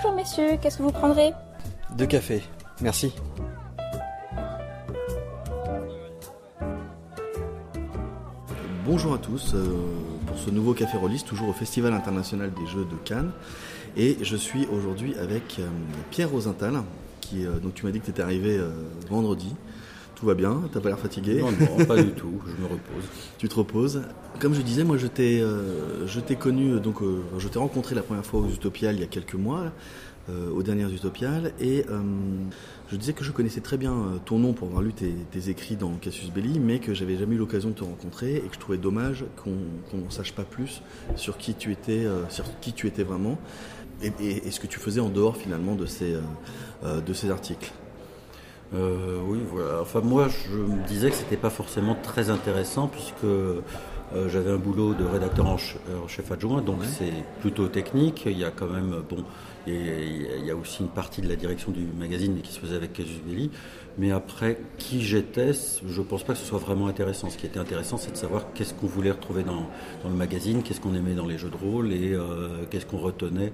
Bonjour messieurs, qu'est-ce que vous prendrez ? 2 cafés, merci. Bonjour à tous, pour ce nouveau Café Rôliste, toujours au Festival International des Jeux de Cannes. Et je suis aujourd'hui avec Pierre Rosenthal, donc tu m'as dit que tu étais arrivé vendredi. Tout va bien, t'as pas l'air fatigué? Non, pas du tout, je me repose. Tu te reposes. Comme je disais, moi je t'ai connu, je t'ai rencontré la première fois aux Utopiales il y a quelques mois, aux dernières Utopiales, et je disais que je connaissais très bien ton nom pour avoir lu tes écrits dans Cassius Belli, mais que j'avais jamais eu l'occasion de te rencontrer, et que je trouvais dommage qu'on n'en sache pas plus sur qui tu étais vraiment, et ce que tu faisais en dehors finalement de ces articles. Oui, voilà. Enfin, moi, je me disais que c'était pas forcément très intéressant puisque j'avais un boulot de rédacteur en chef adjoint, donc c'est plutôt technique. Il y a quand même, il y a aussi une partie de la direction du magazine qui se faisait avec Cassius Belli. Mais après, qui j'étais, je pense pas que ce soit vraiment intéressant. Ce qui était intéressant, c'est de savoir qu'est-ce qu'on voulait retrouver dans le magazine, qu'est-ce qu'on aimait dans les jeux de rôle et qu'est-ce qu'on retenait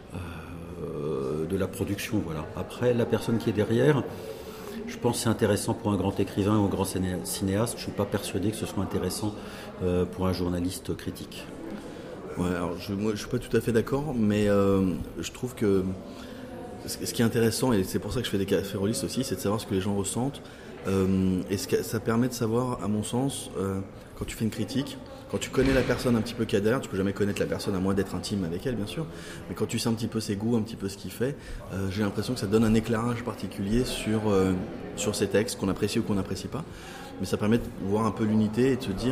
de la production. Voilà. Après, la personne qui est derrière. Je pense que c'est intéressant pour un grand écrivain ou un grand cinéaste. Je ne suis pas persuadé que ce soit intéressant pour un journaliste critique. Ouais, alors moi, je ne suis pas tout à fait d'accord, mais je trouve que ce qui est intéressant, et c'est pour ça que je fais des cafés rôlistes aussi, c'est de savoir ce que les gens ressentent. Et ça permet de savoir, à mon sens, quand tu fais une critique, quand tu connais la personne un petit peu qu'il y a derrière, tu peux jamais connaître la personne à moins d'être intime avec elle, bien sûr, mais quand tu sais un petit peu ses goûts, un petit peu ce qu'il fait, j'ai l'impression que ça donne un éclairage particulier sur ces textes qu'on apprécie ou qu'on n'apprécie pas. Mais ça permet de voir un peu l'unité et de se dire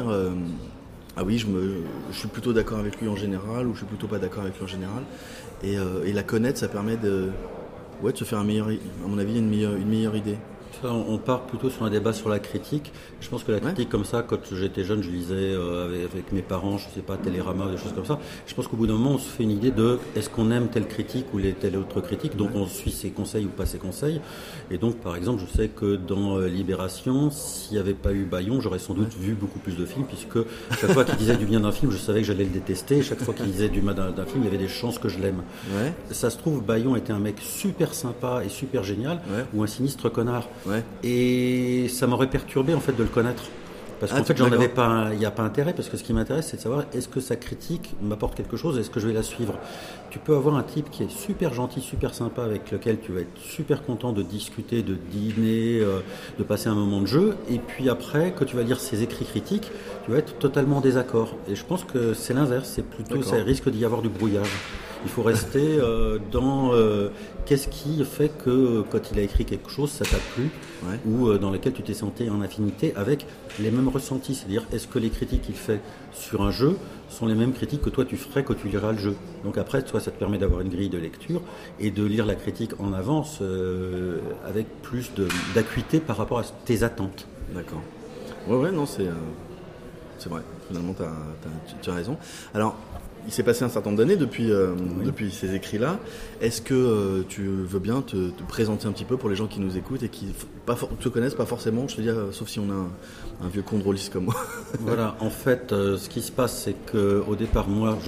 ah oui, je suis plutôt d'accord avec lui en général, ou je suis plutôt pas d'accord avec lui en général. Et la connaître, ça permet de se faire à mon avis, une meilleure idée. On part plutôt sur un débat sur la critique. Je pense que la critique comme ça, quand j'étais jeune, je lisais avec mes parents, je sais pas, Télérama, des choses comme ça. Je pense qu'au bout d'un moment, on se fait une idée de est-ce qu'on aime telle critique ou telle autre critique. Donc on suit ses conseils ou pas ses conseils. Et donc par exemple, je sais que dans Libération, s'il n'y avait pas eu Bayon, j'aurais sans doute vu beaucoup plus de films, puisque chaque fois qu'il disait du bien d'un film, je savais que j'allais le détester. Et chaque fois qu'il disait du mal d'un film, il y avait des chances que je l'aime. Ouais. Ça se trouve, Bayon était un mec super sympa et super génial, ou un sinistre connard. Ouais. Et ça m'aurait perturbé en fait de le connaître. Parce qu'en fait, il n'y a pas intérêt, parce que ce qui m'intéresse, c'est de savoir est-ce que sa critique m'apporte quelque chose, est-ce que je vais la suivre. Tu peux avoir un type qui est super gentil, super sympa, avec lequel tu vas être super content de discuter, de dîner, de passer un moment de jeu, et puis après, quand tu vas lire ses écrits critiques, tu vas être totalement en désaccord. Et je pense que c'est l'inverse, c'est plutôt, ça risque d'y avoir du brouillage. Il faut rester dans qu'est-ce qui fait que quand il a écrit quelque chose, ça t'a plu, ou dans lequel tu t'es senti en affinité avec les mêmes ressentis. C'est-à-dire, est-ce que les critiques qu'il fait sur un jeu sont les mêmes critiques que toi tu ferais quand tu liras le jeu. Donc après, toi, ça te permet d'avoir une grille de lecture et de lire la critique en avance avec plus d'acuité par rapport à tes attentes. D'accord. Ouais, non, c'est vrai. Finalement, tu as raison. Alors, il s'est passé un certain nombre d'années depuis ces écrits-là. Est-ce que tu veux bien te présenter un petit peu pour les gens qui nous écoutent et qui ne te connaissent pas forcément, je veux dire, sauf si on a un vieux con de rôliste comme moi. Voilà, en fait, ce qui se passe, c'est qu'au départ, moi,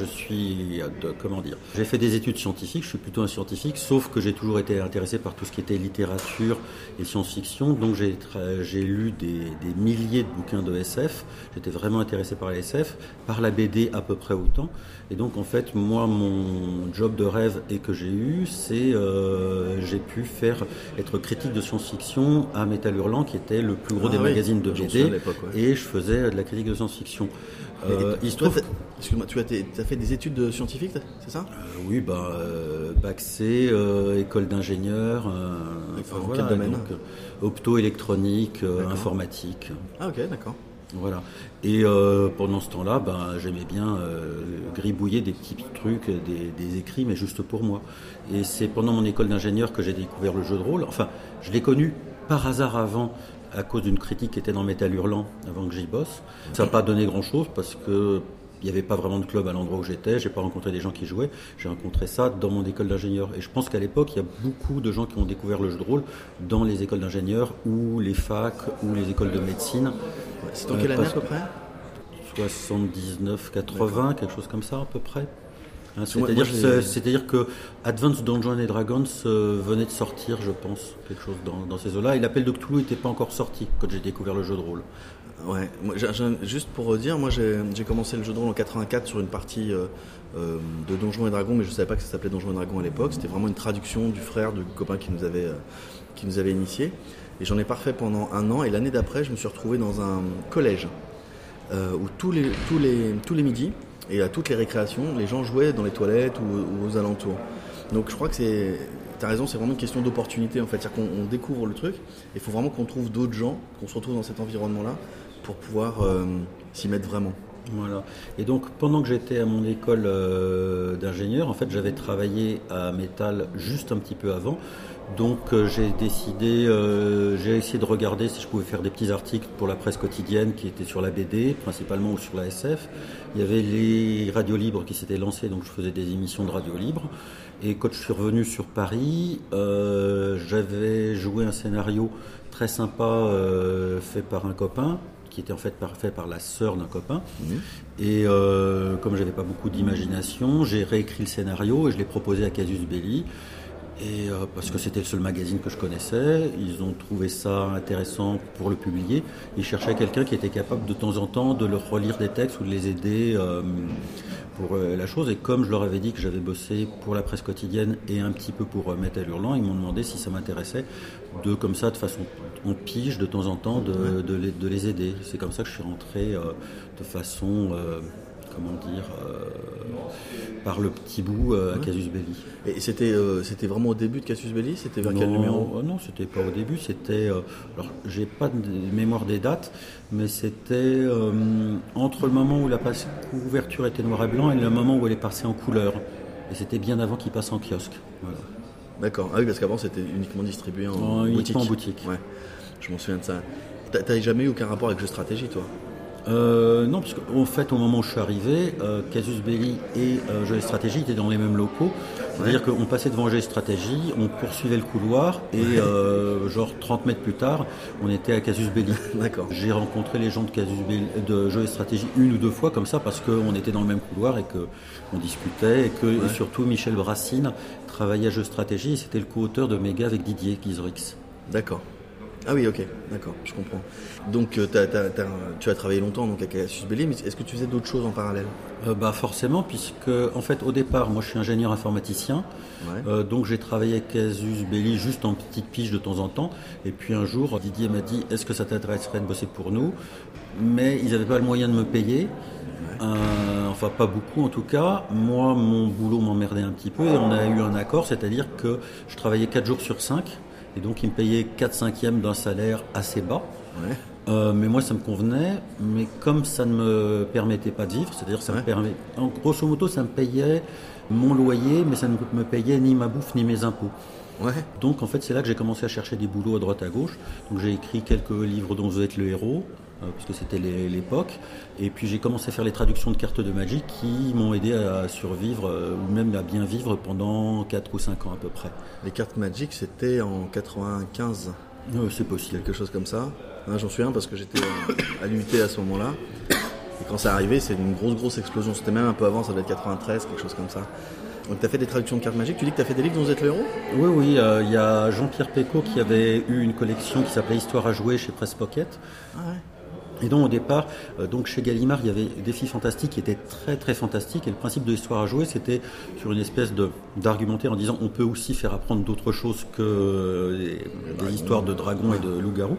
j'ai fait des études scientifiques, je suis plutôt un scientifique, sauf que j'ai toujours été intéressé par tout ce qui était littérature et science-fiction, donc j'ai lu des milliers de bouquins de SF, j'étais vraiment intéressé par la SF, par la BD à peu près autant. Et donc en fait, moi, mon job de rêve et que j'ai eu, c'est j'ai pu être critique de science-fiction à Métal Hurlant, qui était le plus gros des magazines de BD, et je faisais de la critique de science-fiction. Excuse-moi, tu as fait des études scientifiques, c'est ça? Oui, bac C, école d'ingénieur, quel domaine? Opto-électronique, informatique. Ah ok, d'accord. Voilà. Et pendant ce temps-là, j'aimais bien gribouiller des petits trucs, des écrits, mais juste pour moi. Et c'est pendant mon école d'ingénieur que j'ai découvert le jeu de rôle. Enfin, je l'ai connu par hasard avant, à cause d'une critique qui était dans Métal Hurlant, avant que j'y bosse. Ça n'a pas donné grand-chose, parce que il n'y avait pas vraiment de club à l'endroit où j'étais, j'ai pas rencontré des gens qui jouaient, j'ai rencontré ça dans mon école d'ingénieur. Et je pense qu'à l'époque, il y a beaucoup de gens qui ont découvert le jeu de rôle dans les écoles d'ingénieurs, ou les facs, ou les écoles de médecine. C'est dans quelle année à peu près? 79, 80, quelque chose comme ça à peu près. Hein, c'est-à-dire que Advanced Dungeons and Dragons venait de sortir, je pense, quelque chose dans ces eaux-là. Et l'Appel de Cthulhu n'était pas encore sorti quand j'ai découvert le jeu de rôle. Ouais, juste pour dire, moi j'ai commencé le jeu de rôle en 84 sur une partie de Donjons et Dragons, mais je ne savais pas que ça s'appelait Donjons et Dragons à l'époque. C'était vraiment une traduction du frère du copain qui nous avait initiés. Et j'en ai pas refait pendant 1 an. Et l'année d'après, je me suis retrouvé dans un collège où tous les midis et à toutes les récréations, les gens jouaient dans les toilettes ou aux alentours. Donc je crois que t'as raison, c'est vraiment une question d'opportunité en fait. C'est-à-dire qu'on découvre le truc, il faut vraiment qu'on trouve d'autres gens, qu'on se retrouve dans cet environnement-là pour pouvoir s'y mettre vraiment. Voilà. Et donc pendant que j'étais à mon école d'ingénieur, en fait j'avais travaillé à Métal juste un petit peu avant. Donc j'ai essayé de regarder si je pouvais faire des petits articles pour la presse quotidienne qui était sur la BD, principalement, ou sur la SF. Il y avait les radios libres qui s'étaient lancées, donc je faisais des émissions de radio libre. Et quand je suis revenu sur Paris, j'avais joué un scénario très sympa fait par un copain, qui était en fait fait par la sœur d'un copain. Et comme j'avais pas beaucoup d'imagination, j'ai réécrit le scénario et je l'ai proposé à Casus Belli. Et parce que c'était le seul magazine que je connaissais, ils ont trouvé ça intéressant pour le publier. Ils cherchaient quelqu'un qui était capable de temps en temps de leur relire des textes ou de les aider pour la chose. Et comme je leur avais dit que j'avais bossé pour la presse quotidienne et un petit peu pour Métal Hurlant, ils m'ont demandé si ça m'intéressait de, comme ça, de façon en pige, de temps en temps, de les aider. C'est comme ça que je suis rentré de façon... par le petit bout à Casus Belli. Et c'était vraiment au début de Casus Belli? C'était vers quel numéro? Non, c'était pas au début, c'était... alors, j'ai pas de mémoire des dates, mais c'était entre le moment où la couverture était noir et blanc et le moment où elle est passée en couleur. Et c'était bien avant qu'il passe en kiosque. Voilà. D'accord. Ah oui, parce qu'avant, c'était uniquement distribué en boutique. Uniquement en boutique. Ouais, je m'en souviens de ça. T'as jamais eu aucun rapport avec jeu stratégie, toi? Non, parce qu'en fait, au moment où je suis arrivé, Casus Belli et Jeux et Stratégie étaient dans les mêmes locaux. C'est-à-dire qu'on passait devant Jeux et Stratégie, on poursuivait le couloir et genre 30 mètres plus tard, on était à Casus Belli. D'accord. J'ai rencontré les gens de Jeux et Stratégie 1 ou 2 fois comme ça parce qu'on était dans le même couloir et qu'on discutait et surtout Michel Brassine travaillait à Jeux et Stratégie et c'était le co-auteur de Méga avec Didier Gizrix. D'accord. Ah oui, ok, d'accord, je comprends. Donc tu as travaillé longtemps donc, à Casus Belli, mais est-ce que tu faisais d'autres choses en parallèle? Forcément, puisque en fait au départ, moi je suis ingénieur informaticien, donc j'ai travaillé à Casus Belli juste en petite pige de temps en temps, et puis un jour Didier m'a dit est-ce que ça t'intéresserait de bosser pour nous? Mais ils n'avaient pas le moyen de me payer. Enfin pas beaucoup en tout cas, moi mon boulot m'emmerdait un petit peu et on a eu un accord, c'est-à-dire que je travaillais 4 jours sur 5 et donc ils me payaient 4/5 d'un salaire assez bas. Mais moi ça me convenait, mais comme ça ne me permettait pas de vivre, c'est-à-dire ça me permet, en grosso modo ça me payait mon loyer, mais ça ne me payait ni ma bouffe ni mes impôts. Donc en fait c'est là que j'ai commencé à chercher des boulots à droite à gauche. Donc j'ai écrit quelques livres dont vous êtes le héros, parce que c'était l'époque. Et puis j'ai commencé à faire les traductions de cartes de Magic qui m'ont aidé à survivre, ou même à bien vivre pendant 4 ou 5 ans à peu près. Les cartes Magic c'était en 95? C'est possible. Quelque chose comme ça. J'en souviens parce que j'étais à l'UT à ce moment-là. Et quand ça arrivait, c'est une grosse explosion. C'était même un peu avant, ça devait être 93, quelque chose comme ça. Donc tu as fait des traductions de cartes magiques. Tu dis que tu as fait des livres dont vous êtes le héros? Oui, il y a Jean-Pierre Pécaud qui avait eu une collection qui s'appelait Histoire à jouer chez Presse Pocket. Et donc au départ, donc chez Gallimard, il y avait des filles fantastiques qui étaient très très fantastiques. Et le principe de Histoire à jouer, c'était sur une espèce d'argumenter en disant on peut aussi faire apprendre d'autres choses que des histoires de dragons et de loups-garous.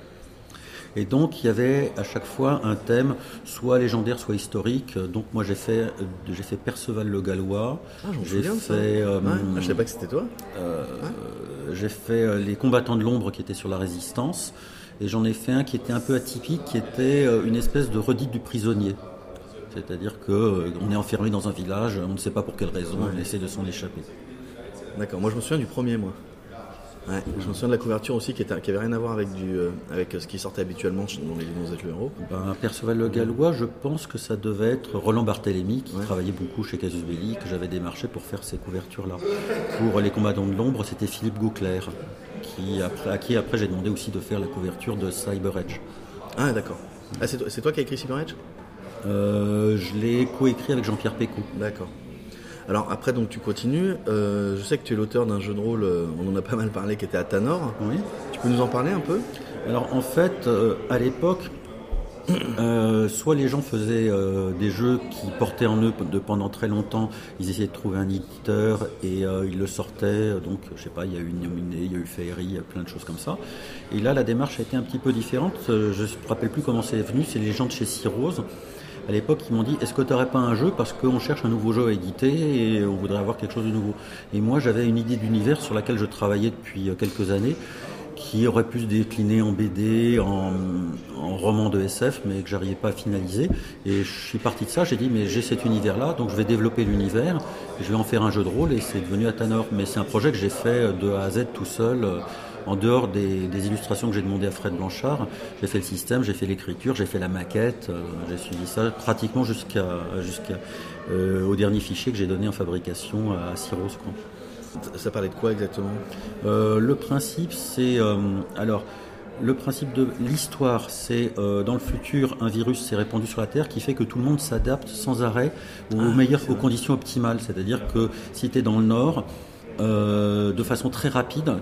Et donc il y avait à chaque fois un thème, soit légendaire, soit historique. Donc moi j'ai fait Perceval le Gallois. J'ai fait. Je savais pas que c'était toi. J'ai fait les combattants de l'ombre qui étaient sur la Résistance. Et j'en ai fait un qui était un peu atypique, qui était une espèce de redite du prisonnier. C'est-à-dire qu'on est enfermé dans un village, on ne sait pas pour quelle raison, on essaie de s'en échapper. D'accord, moi je me souviens du premier, moi. Je me souviens de la couverture aussi qui avait rien à voir avec ce qui sortait habituellement dans les livres dont vous êtes le héros. Perceval le Gallois, je pense que ça devait être Roland Barthélemy qui travaillait beaucoup chez Casus Belli, que j'avais démarché pour faire ces couvertures-là. Pour les combattants de l'ombre, c'était Philippe Gauclair, à qui après j'ai demandé aussi de faire la couverture de Cyber Edge. Ah d'accord. C'est toi qui as écrit Cyber Edge? Je l'ai coécrit avec Jean-Pierre Pécaud. D'accord. Alors après, donc tu continues. Je sais que tu es l'auteur d'un jeu de rôle, on en a pas mal parlé, qui était à Tanor. Oui. Tu peux nous en parler un peu ? Alors en fait, à l'époque, soit les gens faisaient des jeux qui portaient en eux pendant très longtemps, ils essayaient de trouver un éditeur et ils le sortaient, donc je sais pas, il y a eu Nominé, il y a eu Féerie, il y a plein de choses comme ça. Et là la démarche a été un petit peu différente, je ne me rappelle plus comment c'est venu, c'est les gens de chez Cyrose. À l'époque, ils m'ont dit, est-ce que tu n'aurais pas un jeu parce qu'on cherche un nouveau jeu à éditer et on voudrait avoir quelque chose de nouveau. Et moi j'avais une idée d'univers sur laquelle je travaillais depuis quelques années, qui aurait pu se décliner en BD, en roman de SF, mais que j'arrivais pas à finaliser. Et je suis parti de ça, j'ai dit, mais j'ai cet univers-là, donc je vais développer l'univers, je vais en faire un jeu de rôle, et c'est devenu Athanor. Mais c'est un projet que j'ai fait de A à Z tout seul, en dehors des illustrations que j'ai demandé à Fred Blanchard. J'ai fait le système, j'ai fait l'écriture, j'ai fait la maquette, j'ai suivi ça pratiquement au dernier fichier que j'ai donné en fabrication à Cyrose, quoi. Ça parlait de quoi exactement ? Le principe, c'est... le principe de l'histoire, c'est dans le futur, un virus s'est répandu sur la Terre qui fait que tout le monde s'adapte sans arrêt aux conditions optimales. C'est-à-dire que si tu es dans le Nord, de façon très rapide,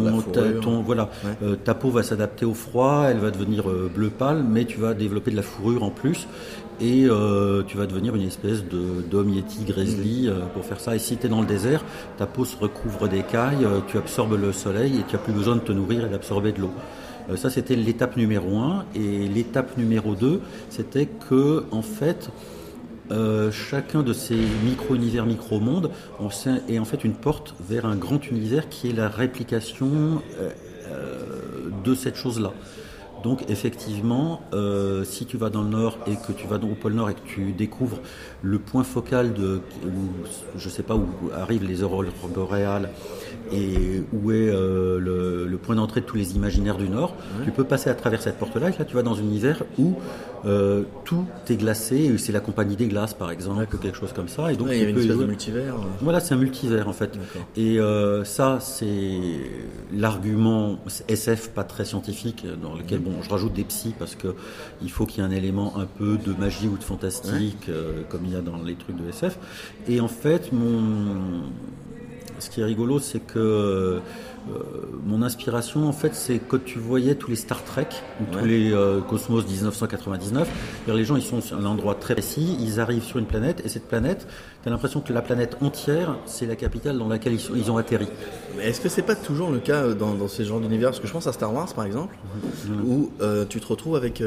ta peau va s'adapter au froid, elle va devenir bleu pâle, mais tu vas développer de la fourrure en plus. Et tu vas devenir une espèce d'homme yéti grizzly pour faire ça. Et si tu es dans le désert, ta peau se recouvre d'écailles, tu absorbes le soleil et tu n'as plus besoin de te nourrir et d'absorber de l'eau. Ça, c'était l'étape numéro 1. Et l'étape numéro 2, c'était que, en fait, chacun de ces micro-univers, micro-mondes est en fait une porte vers un grand univers qui est la réplication de cette chose-là. Donc effectivement, si tu vas dans le Nord et que tu vas au pôle Nord et que tu découvres le point focal où arrivent les aurores boréales et où est le point d'entrée de tous les imaginaires du Nord, tu peux passer à travers cette porte-là et là tu vas dans un univers où tout est glacé, et c'est la compagnie des glaces par exemple, quelque chose comme ça. Et donc il y a une espèce de multivers. Voilà, c'est un multivers en fait. D'accord. Et ça, c'est l'argument SF pas très scientifique dans lequel je rajoute des psys parce que il faut qu'il y ait un élément un peu de magie ou de fantastique comme il y a dans les trucs de SF. Et en fait, ce qui est rigolo, c'est que mon inspiration, en fait, c'est quand tu voyais tous les Star Trek, ou tous les Cosmos 1999, les gens, ils sont à un endroit très précis, ils arrivent sur une planète, et cette planète, tu as l'impression que la planète entière, c'est la capitale dans laquelle ils ont atterri. Mais est-ce que c'est pas toujours le cas dans ces genres d'univers ? Parce que je pense à Star Wars, par exemple, où tu te retrouves avec...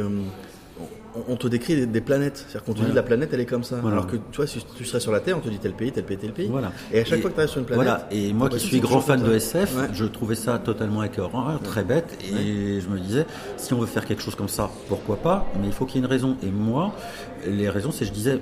on te décrit des planètes, c'est-à-dire qu'on te dit la planète elle est comme ça, alors que tu vois, si tu serais sur la Terre, on te dit tel pays, tel pays, tel pays. Voilà. Et à chaque fois que tu arrives sur une planète, et moi qui suis grand fan de SF, je trouvais ça totalement écœurant, très bête, et je me disais, si on veut faire quelque chose comme ça, pourquoi pas, mais il faut qu'il y ait une raison. Et moi, les raisons, c'est, je disais,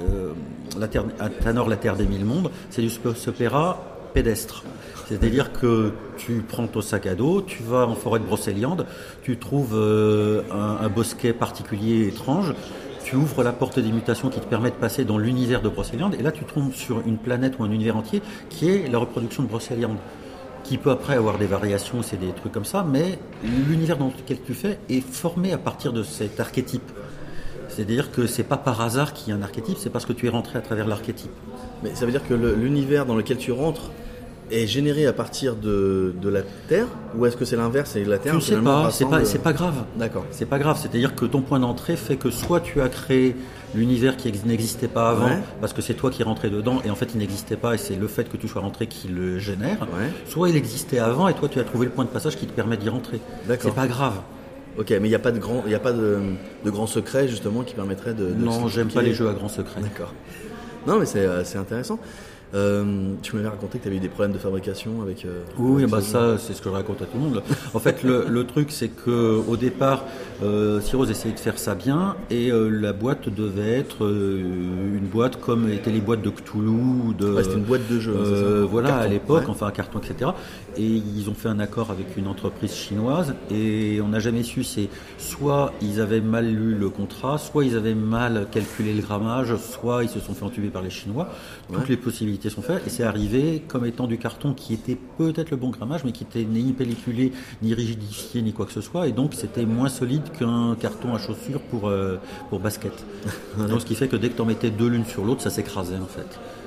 Tanor, la Terre des mille mondes, c'est du space opéra pédestre. C'est-à-dire que tu prends ton sac à dos, tu vas en forêt de Brocéliande, tu trouves un bosquet particulier étrange, tu ouvres la porte des mutations qui te permet de passer dans l'univers de Brocéliande, et là tu tombes sur une planète ou un univers entier qui est la reproduction de Brocéliande, qui peut après avoir des variations, c'est des trucs comme ça, mais l'univers dans lequel tu fais est formé à partir de cet archétype. C'est-à-dire que c'est pas par hasard qu'il y a un archétype, c'est parce que tu es rentré à travers l'archétype. Mais ça veut dire que l'univers dans lequel tu rentres est généré à partir de la Terre, ou est-ce que c'est l'inverse, c'est la Terre? Je ne sais pas, c'est pas grave. D'accord. C'est pas grave, c'est-à-dire que ton point d'entrée fait que soit tu as créé l'univers qui n'existait pas avant, parce que c'est toi qui es rentré dedans, et en fait il n'existait pas, et c'est le fait que tu sois rentré qui le génère, soit il existait avant, et toi tu as trouvé le point de passage qui te permet d'y rentrer. D'accord. C'est pas grave. Ok, mais il n'y a pas de grand secret justement qui permettrait de non, j'aime pas les jeux à grand secret. D'accord. Non, mais c'est intéressant. Tu m'avais raconté que tu avais eu des problèmes de fabrication avec... Oui, ça c'est ce que je raconte à tout le monde. En fait, le truc c'est que au départ, Cyrose essayait de faire ça bien, et la boîte devait être une boîte comme étaient les boîtes de Cthulhu. C'était une boîte de jeu. Voilà, carton, à l'époque, enfin un carton, etc. Et ils ont fait un accord avec une entreprise chinoise, et on n'a jamais su, c'est soit ils avaient mal lu le contrat, soit ils avaient mal calculé le grammage, soit ils se sont fait entuber par les Chinois. Toutes les possibilités sont faites, et c'est arrivé comme étant du carton qui était peut-être le bon grammage, mais qui était ni pelliculé, ni rigidifié, ni quoi que ce soit, et donc c'était moins solide qu'un carton à chaussures pour basket. Donc ce qui fait que dès que tu en mettais deux l'une sur l'autre, ça s'écrasait en fait.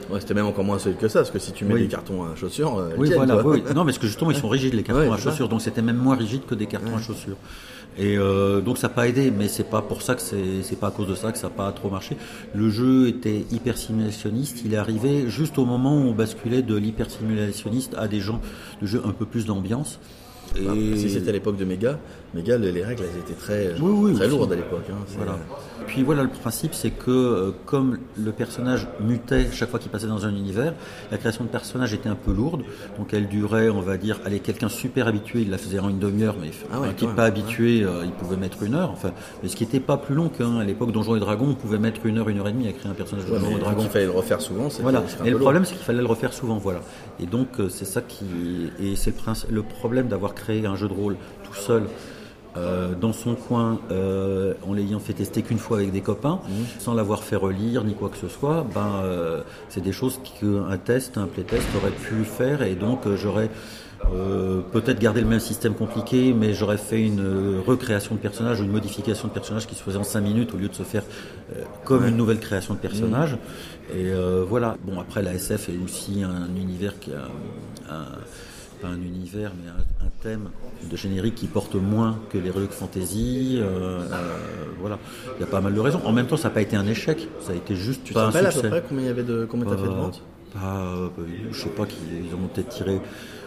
Ouais, c'était même encore moins solide que ça, parce que si tu mets des cartons à chaussures, oui, tiennent, voilà. Oui. Non, parce que justement, ils sont rigides, les cartons à chaussures, ça. donc c'était même moins rigide que des cartons à chaussures. Et donc ça n'a pas aidé, mais c'est pas pour ça que c'est pas à cause de ça que ça n'a pas trop marché. Le jeu était hyper simulationniste. Il est arrivé juste au moment où on basculait de l'hyper simulationniste à des gens de jeu un peu plus d'ambiance. Et... Si c'était à l'époque de Méga, les règles elles étaient très lourdes à l'époque. Voilà. Puis voilà, le principe c'est que comme le personnage mutait chaque fois qu'il passait dans un univers, la création de personnage était un peu lourde, donc elle durait, on va dire, quelqu'un super habitué, il la faisait en une demi-heure, mais un type pas habitué, il pouvait mettre 1 heure, enfin, mais ce qui n'était pas plus long qu'à l'époque Donjons et Dragons, on pouvait mettre 1 heure, 1 heure et demie à créer un personnage de Donjons et Dragons. Il fallait le refaire souvent. Voilà. Et le problème c'est qu'il fallait le refaire souvent, voilà. Et donc c'est ça et c'est le problème d'avoir créé un jeu de rôle tout seul. Dans son coin, en l'ayant fait tester qu'une fois avec des copains, sans l'avoir fait relire ni quoi que ce soit, c'est des choses qu'un playtest aurait pu faire, et donc j'aurais peut-être gardé le même système compliqué, mais j'aurais fait une recréation de personnage ou une modification de personnage qui se faisait en 5 minutes au lieu de se faire comme une nouvelle création de personnage. Et voilà. Bon, après la SF est aussi un univers qui a pas un univers, mais un thème de générique qui porte moins que les Heroic Fantasy. Voilà, il y a pas mal de raisons. En même temps, ça n'a pas été un échec, ça a été juste tu te rappelles à peu près combien t'as fait de ventes? Je sais pas, ils en ont peut-être tiré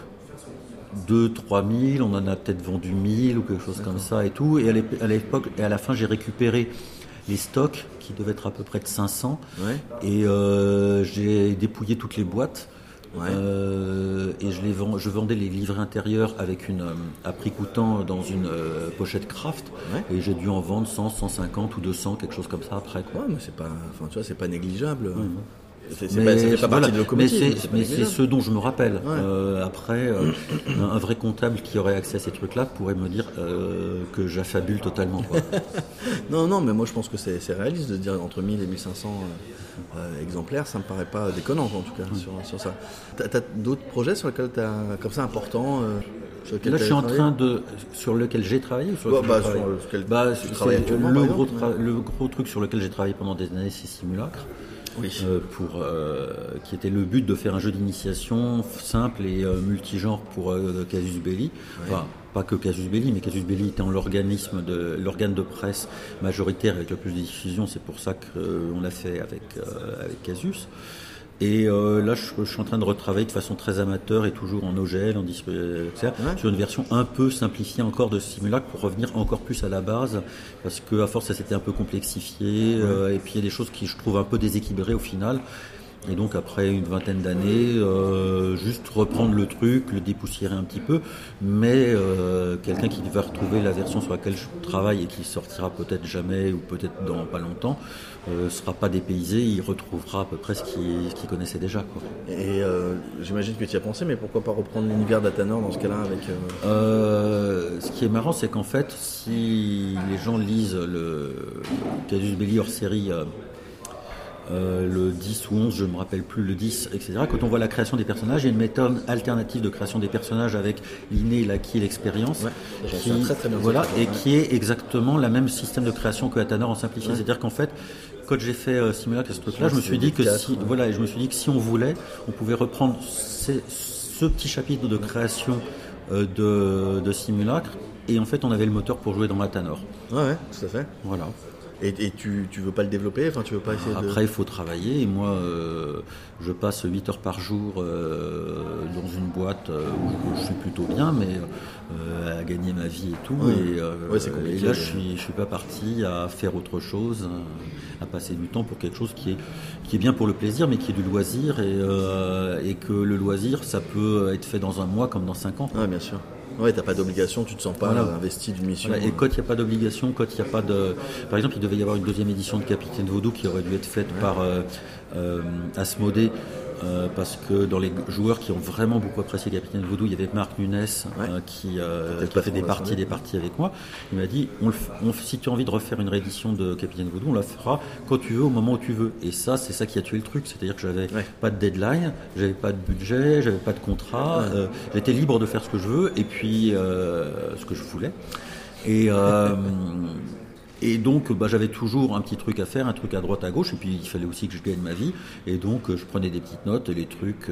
2-3 000, on en a peut-être vendu 1000 ou quelque chose comme ça et tout. Et à l'époque, et à la fin, j'ai récupéré les stocks qui devaient être à peu près de 500 et j'ai dépouillé toutes les boîtes. Et je vendais les livrets intérieurs avec à prix coûtant dans une pochette craft, et j'ai dû en vendre 100, 150 ou 200, quelque chose comme ça après, quoi. Ouais, mais c'est pas négligeable. Ça fait pas partie de locomotive. Mais c'est ce dont je me rappelle. Après, un vrai comptable qui aurait accès à ces trucs-là pourrait me dire que j'affabule totalement, quoi. Non, mais moi je pense que c'est réaliste de dire entre 1000 et 1500 exemplaires, ça me paraît pas déconnant en tout cas sur ça. T'as d'autres projets sur lesquels comme ça importants là, je suis en train sur lequel j'ai travaillé ou sur lequel tu travailles actuellement, le gros truc sur lequel j'ai travaillé pendant des années, c'est Simulacre. Qui était le but de faire un jeu d'initiation simple et multigenre pour Casus Belli. Enfin, pas que Casus Belli, mais Casus Belli étant l'organe de presse majoritaire avec le plus de diffusion, c'est pour ça qu'on l'a fait avec Casus. Et là, je suis en train de retravailler de façon très amateur et toujours en OGL, sur une version un peu simplifiée encore de Simulacre pour revenir encore plus à la base, parce qu'à force, ça s'était un peu complexifié, et puis il y a des choses qui je trouve un peu déséquilibrées au final. Et donc après une vingtaine d'années, juste reprendre le truc, le dépoussiérer un petit peu, mais quelqu'un qui va retrouver la version sur laquelle je travaille et qui sortira peut-être jamais ou peut-être dans pas longtemps, sera pas dépaysé, il retrouvera à peu près ce qu'il connaissait déjà, quoi. Et j'imagine que tu y as pensé, mais pourquoi pas reprendre l'univers d'Athanor dans ce cas-là avec Ce qui est marrant, c'est qu'en fait, si les gens lisent le Casus Belli hors série, le 10 ou 11, je ne me rappelle plus, le 10, etc. Quand on voit la création des personnages, il y a une méthode alternative de création des personnages avec l'inné, l'acquis et l'expérience, qui est exactement le même système de création que Athanor en simplifié. C'est-à-dire qu'en fait, quand j'ai fait Simulacre à ce truc-là, je me suis dit que si on voulait, on pouvait reprendre ce petit chapitre de création de Simulacre, et en fait, on avait le moteur pour jouer dans Athanor. Ouais, tout à fait. Voilà. Et tu veux pas le développer, tu veux pas essayer Après, il faut travailler. Et moi, je passe 8 heures par jour dans une boîte où je suis plutôt bien, mais à gagner ma vie et tout. C'est compliqué. Et là, je suis pas parti à faire autre chose, à passer du temps pour quelque chose qui est bien pour le plaisir, mais qui est du loisir, et que le loisir, ça peut être fait dans un mois comme dans 5 ans. Ouais, bien sûr. Ouais, t'as pas d'obligation, tu te sens pas investi d'une mission. Voilà, et quand il n'y a pas d'obligation, quand il n'y a pas de... Par exemple, il devait y avoir une 2e édition de Capitaine Vaudou qui aurait dû être faite par Asmodée, parce que dans les joueurs qui ont vraiment beaucoup apprécié Capitaine Vaudou, il y avait Marc Nunes qui a fait des parties avec moi. Il m'a dit, si tu as envie de refaire une réédition de Capitaine Vaudou, on la fera quand tu veux, au moment où tu veux. Et ça, c'est ça qui a tué le truc. C'est-à-dire que j'avais pas de deadline, j'avais pas de budget, j'avais pas de contrat, j'étais libre de faire ce que je veux et puis ce que je voulais. Et donc, j'avais toujours un petit truc à faire, un truc à droite, à gauche, et puis il fallait aussi que je gagne ma vie. Et donc, je prenais des petites notes et les trucs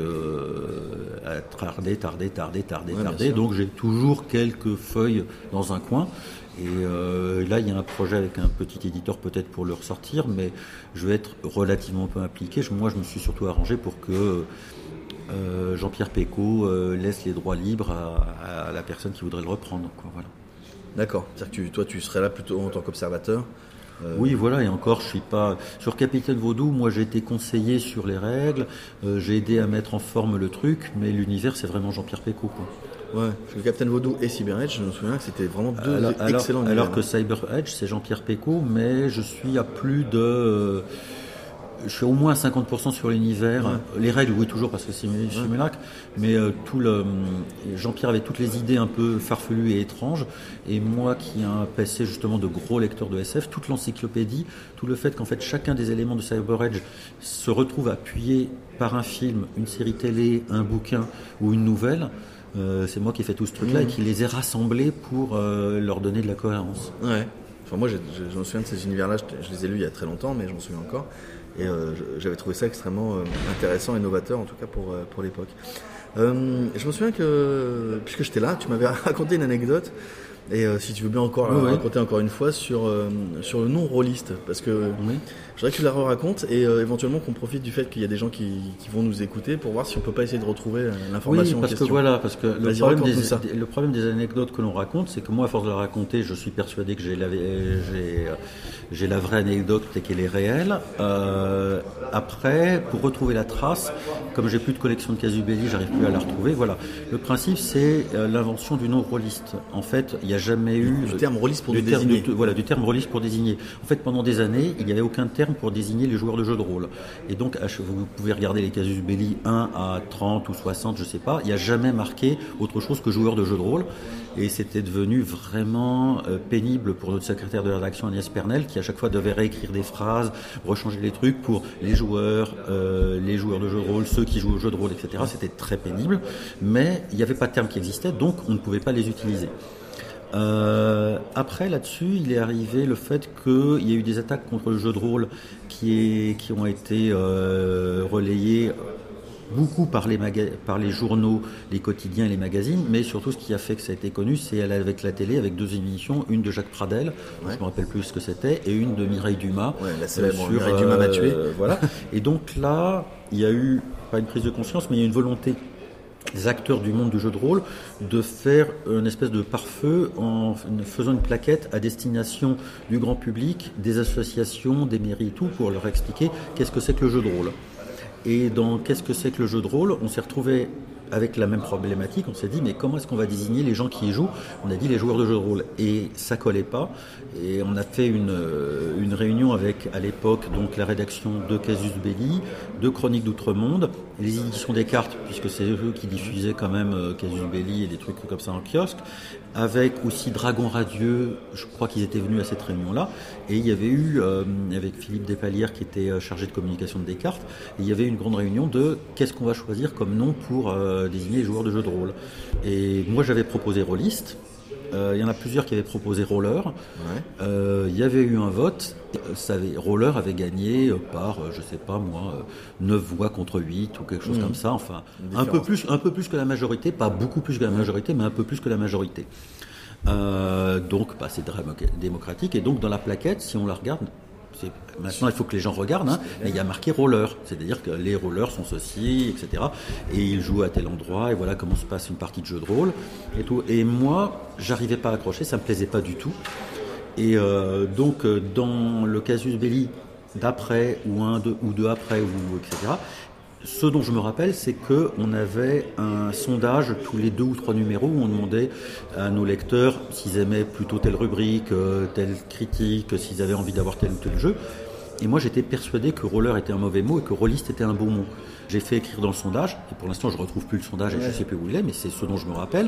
tardaient. Donc, j'ai toujours quelques feuilles dans un coin. Et là, il y a un projet avec un petit éditeur peut-être pour le ressortir, mais je vais être relativement peu impliqué. Moi, je me suis surtout arrangé pour que Jean-Pierre Pécaud laisse les droits libres à la personne qui voudrait le reprendre, quoi, voilà. D'accord. C'est-à-dire que toi, tu serais là plutôt en tant qu'observateur. Oui, voilà, et encore, je suis pas... Sur Capitaine Vaudou, moi, j'ai été conseiller sur les règles, j'ai aidé à mettre en forme le truc, mais l'univers, c'est vraiment Jean-Pierre Pécaud, quoi. Ouais, parce que Captain Vaudou et Cyber Edge, je me souviens que c'était vraiment deux excellents univers. Alors que Cyber Edge, c'est Jean-Pierre Pécaud, mais je suis à plus de... je suis au moins à 50% sur l'univers. Ouais. Les règles, oui, toujours, parce que c'est simulacre. Mais Jean-Pierre avait toutes les idées un peu farfelues et étranges. Et moi, qui ai un PC justement de gros lecteurs de SF, toute l'encyclopédie, tout le fait qu'en fait chacun des éléments de Cyber Edge se retrouve appuyé par un film, une série télé, un bouquin ou une nouvelle. C'est moi qui ai fait tout ce truc-là et qui les ai rassemblés pour leur donner de la cohérence. Ouais. Enfin, moi, je me souviens de ces univers-là, je les ai lus il y a très longtemps, mais je m'en souviens encore. Et j'avais trouvé ça extrêmement intéressant et novateur, en tout cas pour l'époque. Je me souviens que, puisque j'étais là, tu m'avais raconté une anecdote. Et si tu veux bien encore raconter encore une fois sur le nom rôliste, parce que je voudrais que tu la racontes et éventuellement qu'on profite du fait qu'il y a des gens qui vont nous écécouter pour voir si on peut pas essayer de retrouver l'information en question. Parce que le problème des anecdotes que l'on raconte, c'est que moi, à force de la raconter, je suis persuadé que j'ai la vraie anecdote et qu'elle est réelle. Après, pour retrouver la trace, comme j'ai plus de collection de casus belli, j'arrive plus à la retrouver. Voilà. Le principe, c'est l'invention du nom rôliste. En fait, il n'y a jamais eu du terme rôliste pour désigner. Du terme rôliste pour désigner. En fait, pendant des années, il n'y avait aucun terme pour désigner les joueurs de jeux de rôle. Et donc, vous pouvez regarder les casus belli 1 à 30 ou 60, je sais pas. Il n'y a jamais marqué autre chose que joueur de jeux de rôle. Et c'était devenu vraiment pénible pour notre secrétaire de rédaction Agnès Pernel, qui à chaque fois devait réécrire des phrases, rechanger les trucs pour les joueurs de jeux de rôle, ceux qui jouent aux jeux de rôle, etc. C'était très pénible, mais il n'y avait pas de terme qui existait, donc on ne pouvait pas les utiliser. Après, là-dessus, il est arrivé le fait qu'il y a eu des attaques contre le jeu de rôle qui ont été relayées beaucoup par les journaux, les quotidiens et les magazines, mais surtout ce qui a fait que ça a été connu, c'est avec la télé, avec deux émissions, une de Jacques Pradel, je me rappelle plus ce que c'était, et une de Mireille Dumas. Ouais, la célèbre Mireille Dumas m'a tué. Voilà. Et donc là, il y a eu, pas une prise de conscience, mais il y a une volonté des acteurs du monde du jeu de rôle de faire une espèce de pare-feu en faisant une plaquette à destination du grand public, des associations, des mairies et tout, pour leur expliquer qu'est-ce que c'est que le jeu de rôle. Et dans qu'est-ce que c'est que le jeu de rôle, on s'est retrouvé avec la même problématique. On s'est dit, mais comment est-ce qu'on va désigner les gens qui y jouent ? On a dit les joueurs de jeux de rôle. Et ça collait pas. Et on a fait une réunion avec, à l'époque, donc la rédaction de Casus Belli, de Chroniques d'Outre-Monde, les éditions des cartes, puisque c'est eux qui diffusaient quand même Casus Belli et des trucs comme ça en kiosque, avec aussi Dragon Radieux, je crois qu'ils étaient venus à cette réunion-là, et il y avait eu, avec Philippe Despalières qui était chargé de communication de Descartes, et il y avait une grande réunion de qu'est-ce qu'on va choisir comme nom pour désigner les joueurs de jeux de rôle. Et moi j'avais proposé rôliste, il y en a plusieurs qui avaient proposé roller, il y avait eu un vote, roller avait gagné par, je sais pas moi, 9 voix contre 8 ou quelque chose comme ça, enfin un peu plus que la majorité, pas beaucoup plus que la majorité, mais un peu plus que la majorité. Donc c'est démocratique, et donc dans la plaquette, si on la regarde, maintenant il faut que les gens regardent, mais il y a marqué roller, c'est-à-dire que les rollers sont ceci, etc. Et ils jouent à tel endroit, et voilà comment se passe une partie de jeu de rôle et tout. Et moi, j'arrivais pas à accrocher, ça me plaisait pas du tout. Et donc dans le casus belli d'après ou deux après, ou etc. Ce dont je me rappelle, c'est qu'on avait un sondage tous les 2 ou 3 numéros où on demandait à nos lecteurs s'ils aimaient plutôt telle rubrique, telle critique, s'ils avaient envie d'avoir tel ou tel jeu. Et moi, j'étais persuadé que roller était un mauvais mot et que rôliste était un bon mot. J'ai fait écrire dans le sondage, et pour l'instant, je ne retrouve plus le sondage et je ne sais plus où il est, mais c'est ce dont je me rappelle,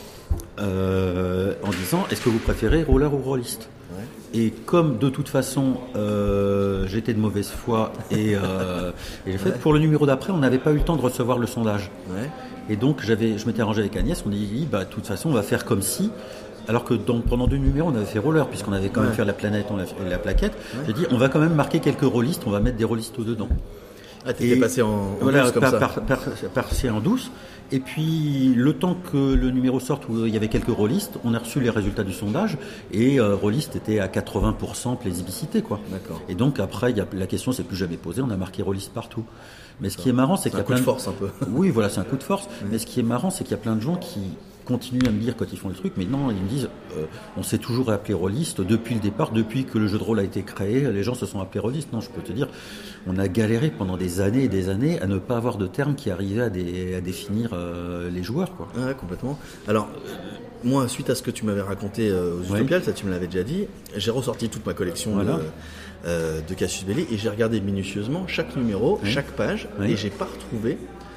en disant, est-ce que vous préférez roller ou rôliste ? Et comme de toute façon j'étais de mauvaise foi et en fait pour le numéro d'après on n'avait pas eu le temps de recevoir le sondage, et donc je m'étais arrangé avec Agnès, on a dit de toute façon on va faire comme si alors que pendant 2 numéros, on avait fait roller, puisqu'on avait quand même fait la planète, la plaquette. J'ai dit, on va quand même marquer quelques rôlistes, on va mettre des rôlistes dedans. Ah, t'étais passé en douce comme ça. Passé en douce. Et puis, le temps que le numéro sorte où il y avait quelques rôlistes, on a reçu les résultats du sondage et rôliste était à 80% plaisibicité, quoi. D'accord. Et donc après, la question s'est plus jamais posée, on a marqué rôliste partout. Mais ce qui est marrant, c'est qu'il y a plein de force un peu. Oui, voilà, c'est un coup de force. Mais ce qui est marrant, c'est qu'il y a plein de gens qui continuent à me dire quand ils font le truc, mais non, ils me disent, on s'est toujours appelé rôliste depuis le départ, depuis que le jeu de rôle a été créé, les gens se sont appelés rôlistes. Non, je peux te dire, on a galéré pendant des années et des années à ne pas avoir de terme qui arrivait à définir les joueurs, quoi. Ouais, complètement. Alors, moi, suite à ce que tu m'avais raconté aux Utopiales, ça tu me l'avais déjà dit, j'ai ressorti toute ma collection de Cassius Belli et j'ai regardé minutieusement chaque numéro, chaque page, et j'ai pas retrouvé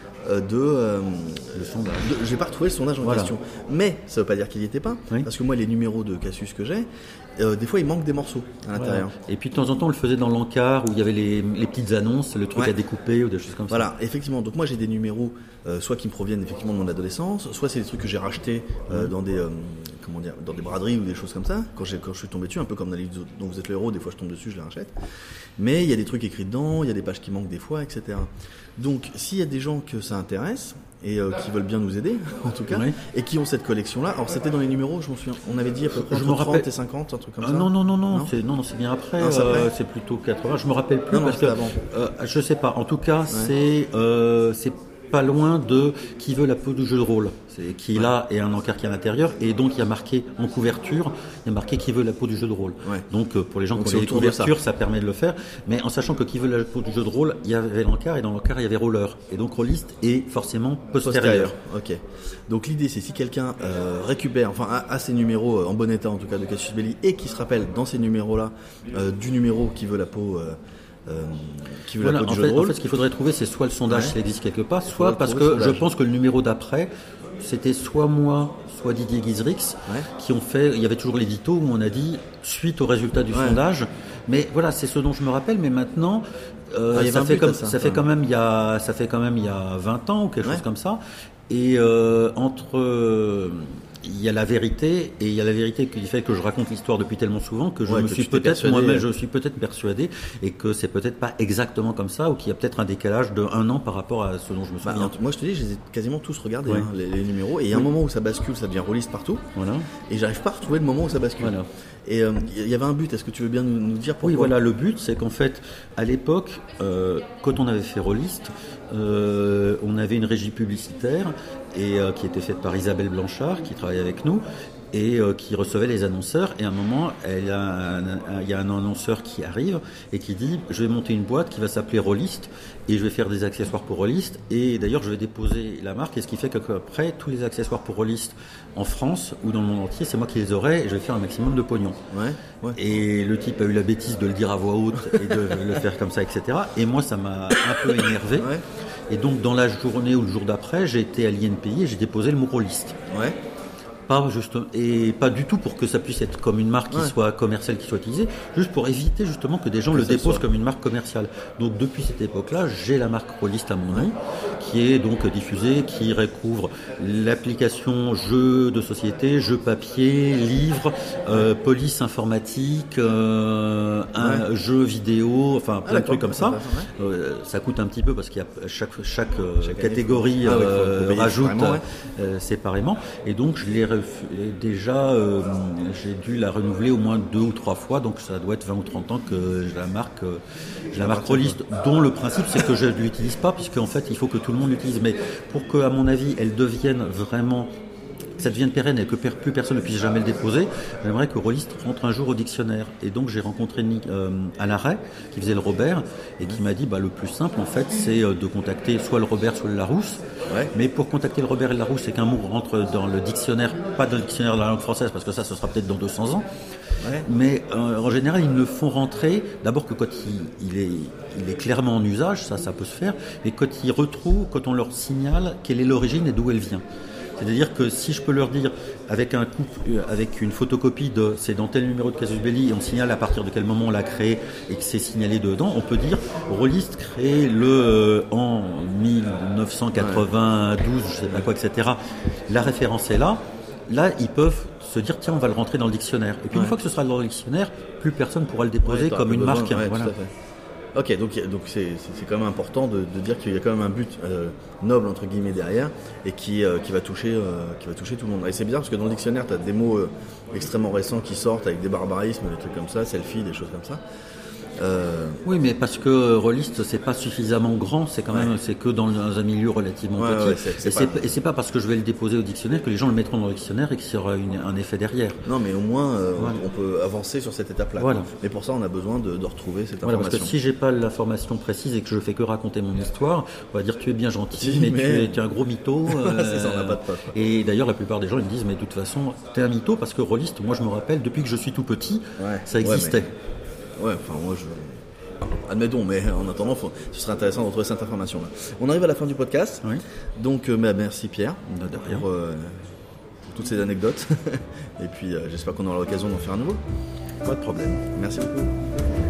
le sondage. J'ai pas retrouvé le sondage en question. Mais ça veut pas dire qu'il n'y était pas, parce que moi les numéros de Cassius que j'ai, des fois il manque des morceaux à l'intérieur. Et puis de temps en temps on le faisait dans l'encart où il y avait les petites annonces, le truc à découper ou des choses comme ça. Voilà, effectivement. Donc moi j'ai des numéros soit qui me proviennent effectivement de mon adolescence, soit c'est des trucs que j'ai rachetés dans des dans des braderies ou des choses comme ça. Quand je suis tombé dessus, un peu comme dans les livres dont vous êtes le héros, des fois je tombe dessus, je les rachète. Mais il y a des trucs écrits dedans, il y a des pages qui manquent des fois, etc. Donc s'il y a des gens que ça intéresse et qui veulent bien nous aider, en tout cas, et qui ont cette collection-là. Alors c'était dans les numéros, je m'en souviens, on avait dit à peu près entre 30 et 50, un truc comme ça. Non, c'est bien après, c'est plutôt 80, je me rappelle plus parce que je sais pas, en tout cas c'est pas loin de Qui veut la peau du jeu de rôle, c'est qui là est un encart qui est à l'intérieur et donc il y a marqué en couverture, il y a marqué Qui veut la peau du jeu de rôle. Donc pour les gens qui ont les couvertures, ça permet de le faire, mais en sachant que Qui veut la peau du jeu de rôle, il y avait l'encart et dans l'encart il y avait roller et donc rôliste est forcément postérieur. Ok. Donc l'idée c'est si quelqu'un récupère, enfin a ces numéros en bon état en tout cas de Cassius Belli et qui se rappelle dans ces numéros-là du numéro Qui veut la peau. Qui veut la peau du jeu de rôle. En fait, ce qu'il faudrait trouver, c'est soit le sondage s'il existe quelque part, soit parce que je pense que le numéro d'après, c'était soit moi, soit Didier Guizrix, qui ont fait. Il y avait toujours l'édito où on a dit suite au résultat du sondage. Mais voilà, c'est ce dont je me rappelle. Mais maintenant, ça fait quand même il y a 20 ans ou quelque chose comme ça. Et il y a la vérité et il y a la vérité qui fait que je raconte l'histoire depuis tellement souvent que je suis peut-être persuadé et que c'est peut-être pas exactement comme ça ou qu'il y a peut-être un décalage de 1 an par rapport à ce dont je me souviens. Moi je te dis, je les ai quasiment tous regardés, les numéros, et il y a un moment où ça bascule, ça devient rôliste partout, et j'arrive pas à retrouver le moment où ça bascule. Et il y avait un but, est-ce que tu veux bien nous dire pourquoi? Oui, voilà, le but c'est qu'en fait à l'époque quand on avait fait rôliste, on avait une régie publicitaire et qui était faite par Isabelle Blanchard qui travaillait avec nous et qui recevait les annonceurs, et à un moment il y a un annonceur qui arrive et qui dit je vais monter une boîte qui va s'appeler Rôliste et je vais faire des accessoires pour Rôliste, et d'ailleurs je vais déposer la marque, et ce qui fait qu'après tous les accessoires pour Rôliste en France ou dans le monde entier c'est moi qui les aurai et je vais faire un maximum de pognon. Et le type a eu la bêtise de le dire à voix haute et de le faire comme ça, etc. Et moi ça m'a un peu énervé. Et donc dans la journée ou le jour d'après j'ai été à l'INPI et j'ai déposé le mot Rôliste. Pas du tout pour que ça puisse être comme une marque qui soit commerciale, qui soit utilisée, juste pour éviter justement que des gens le déposent comme une marque commerciale. Donc depuis cette époque-là, j'ai la marque Rôliste à mon nom, qui est donc diffusée, qui recouvre l'application jeux de société, jeux papier, livres, police informatique, un jeu vidéo, enfin plein de trucs comme ça. Ça coûte un petit peu parce qu'il y a chaque catégorie rajoute séparément, et donc je l'ai déjà j'ai dû la renouveler au moins 2 ou 3 fois, donc ça doit être 20 ou 30 ans que j'ai la marque Rôliste, dont le principe c'est que je ne l'utilise pas, puisque en fait il faut que tout le monde l'utilise, mais pour que à mon avis elle devienne vraiment, ça devienne pérenne et que plus personne ne puisse jamais le déposer, j'aimerais que Rôliste rentre un jour au dictionnaire. Et donc j'ai rencontré Alain Ray, qui faisait le Robert, et qui m'a dit le plus simple en fait c'est de contacter soit le Robert soit le Larousse. Mais pour contacter le Robert et le Larousse, c'est qu'un mot rentre dans le dictionnaire, pas dans le dictionnaire de la langue française, parce que ça ce sera peut-être dans 200 ans. Mais en général ils ne font rentrer, d'abord que quand il est clairement en usage, ça peut se faire, et quand ils retrouvent, quand on leur signale quelle est l'origine et d'où elle vient. C'est-à-dire que si je peux leur dire avec une photocopie de c'est dans tel numéro de Cassius Belli et on signale à partir de quel moment on l'a créé et que c'est signalé dedans, on peut dire Rôliste créé en 1992, je sais pas quoi, etc. La référence est là. là, ils peuvent se dire tiens, on va le rentrer dans le dictionnaire. Et puis une fois que ce sera dans le dictionnaire, plus personne pourra le déposer comme une marque. Ouais, voilà. tout à fait. Ok, donc c'est quand même important de dire qu'il y a quand même un but noble entre guillemets derrière et qui va toucher tout le monde. Et c'est bizarre parce que dans le dictionnaire, tu as des mots extrêmement récents qui sortent avec des barbarismes, des trucs comme ça, selfie, des choses comme ça. Oui, mais parce que rôliste, c'est pas suffisamment grand, c'est quand même, c'est que dans un milieu relativement petit. Et c'est pas parce que je vais le déposer au dictionnaire que les gens le mettront dans le dictionnaire et qu'il y aura un effet derrière. Non, mais au moins, on peut avancer sur cette étape-là. Voilà. Mais pour ça, on a besoin de retrouver cette voilà, information. parce que si j'ai pas l'information précise et que je fais que raconter mon histoire, on va dire tu es bien gentil, mais tu es un gros mytho. C'est ça, on n'a pas de pote. Et d'ailleurs, la plupart des gens ils me disent, mais de toute façon, t'es un mytho parce que rôliste, moi je me rappelle, depuis que je suis tout petit, ça existait. Ouais, enfin moi admettons, mais en attendant, ce serait intéressant de retrouver cette information-là. On arrive à la fin du podcast, donc merci Pierre pour toutes ces anecdotes, et puis j'espère qu'on aura l'occasion d'en faire un nouveau. Pas de problème. Merci beaucoup.